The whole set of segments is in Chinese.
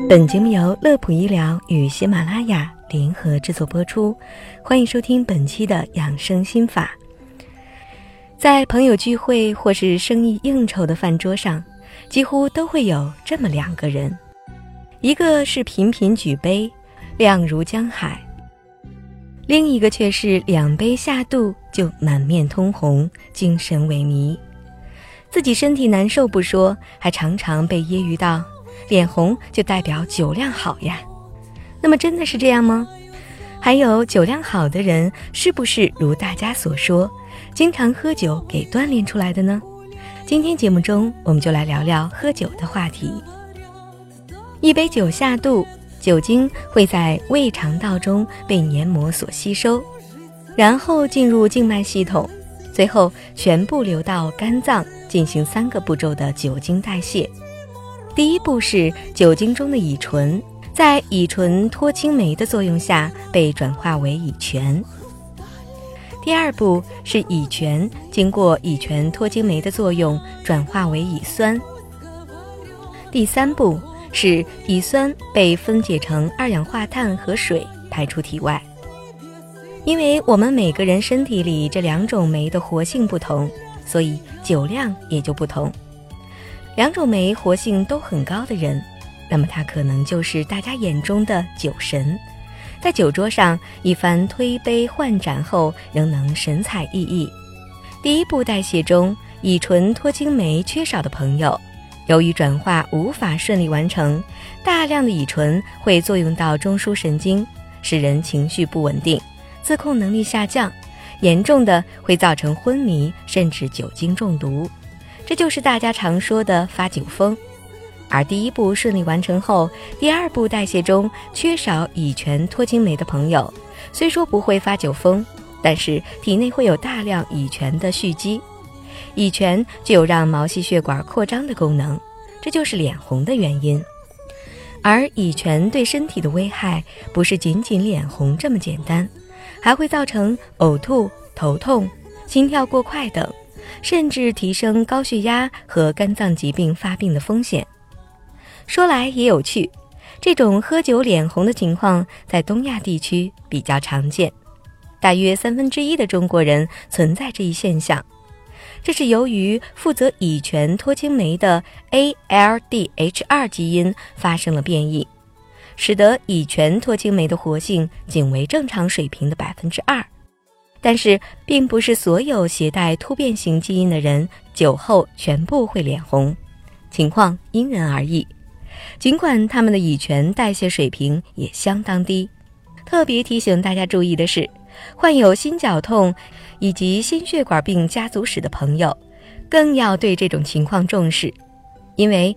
本节目由乐普医疗与喜马拉雅联合制作播出，欢迎收听本期的养生心法。在朋友聚会或是生意应酬的饭桌上，几乎都会有这么两个人，一个是频频举杯，量如江海，另一个却是2杯下肚就满面通红，精神萎靡。自己身体难受不说，还常常被揶揄到脸红就代表酒量好呀。那么真的是这样吗？还有酒量好的人是不是如大家所说，经常喝酒给锻炼出来的呢？今天节目中我们就来聊聊喝酒的话题。一杯酒下肚，酒精会在胃肠道中被黏膜所吸收，然后进入静脉系统，最后全部流到肝脏，进行3个步骤的酒精代谢。第一步是酒精中的乙醇，在乙醇脱氢酶的作用下被转化为乙醛。第二步是乙醛经过乙醛脱氢酶的作用转化为乙酸。第三步是乙酸被分解成二氧化碳和水排出体外。因为我们每个人身体里这2种酶的活性不同，所以酒量也就不同。2种酶活性都很高的人，那么他可能就是大家眼中的酒神，在酒桌上一番推杯换盏后仍能神采奕奕。第一步代谢中，乙醇脱氢酶缺少的朋友，由于转化无法顺利完成，大量的乙醇会作用到中枢神经，使人情绪不稳定，自控能力下降，严重的会造成昏迷甚至酒精中毒，这就是大家常说的发酒疯。而第一步顺利完成后，第二步代谢中缺少乙醛脱氢酶的朋友，虽说不会发酒疯，但是体内会有大量乙醛的蓄积。乙醛具有让毛细血管扩张的功能，这就是脸红的原因。而乙醛对身体的危害不是仅仅脸红这么简单，还会造成呕吐、头痛、心跳过快等，甚至提升高血压和肝脏疾病发病的风险。说来也有趣，这种喝酒脸红的情况在东亚地区比较常见，大约1/3的中国人存在这一现象。这是由于负责乙醛脱氢酶的 ALDH2 基因发生了变异，使得乙醛脱氢酶的活性仅为正常水平的2%。但是并不是所有携带突变型基因的人酒后全部会脸红，情况因人而异。尽管他们的乙醛代谢水平也相当低，特别提醒大家注意的是，患有心绞痛以及心血管病家族史的朋友更要对这种情况重视，因为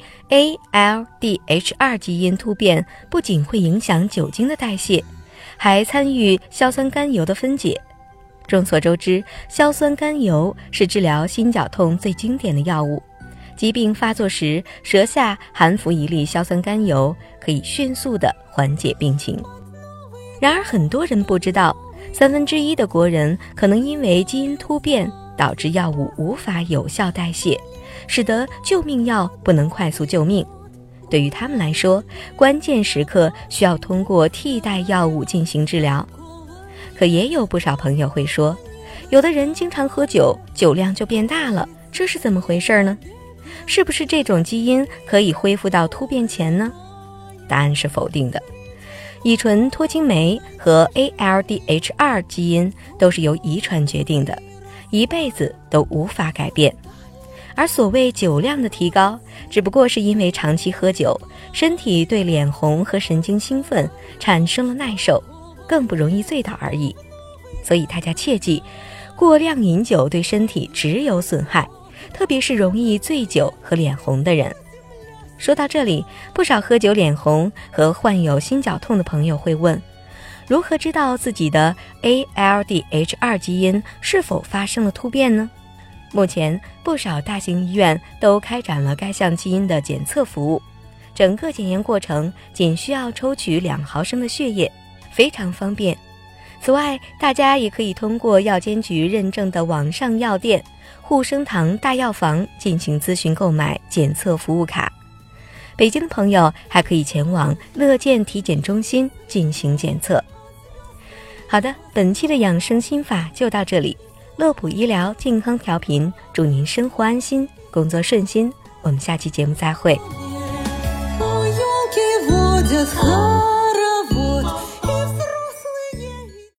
ALDH2 基因突变不仅会影响酒精的代谢，还参与硝酸甘油的分解。众所周知，硝酸甘油是治疗心绞痛最经典的药物，疾病发作时舌下含服1粒硝酸甘油，可以迅速地缓解病情。然而很多人不知道，1/3的国人可能因为基因突变导致药物无法有效代谢，使得救命药不能快速救命。对于他们来说，关键时刻需要通过替代药物进行治疗。可也有不少朋友会说，有的人经常喝酒，酒量就变大了，这是怎么回事呢？是不是这种基因可以恢复到突变前呢？答案是否定的。乙醇脱氢酶和 ALDH2 基因都是由遗传决定的，一辈子都无法改变。而所谓酒量的提高，只不过是因为长期喝酒，身体对脸红和神经兴奋产生了耐受，更不容易醉倒而已。所以大家切记，过量饮酒对身体只有损害，特别是容易醉酒和脸红的人。说到这里，不少喝酒脸红和患有心绞痛的朋友会问，如何知道自己的 ALDH2 基因是否发生了突变呢？目前不少大型医院都开展了该项基因的检测服务，整个检验过程仅需要抽取2毫升的血液，非常方便。此外，大家也可以通过药监局认证的网上药店、护生堂大药房进行咨询购买检测服务卡。 北京的朋友还可以前往乐健体检中心进行检测。好的，本期的养生心法就到这里。乐普医疗健康调频，祝您生活安心，工作顺心。我们下期节目再会。 不用给我的好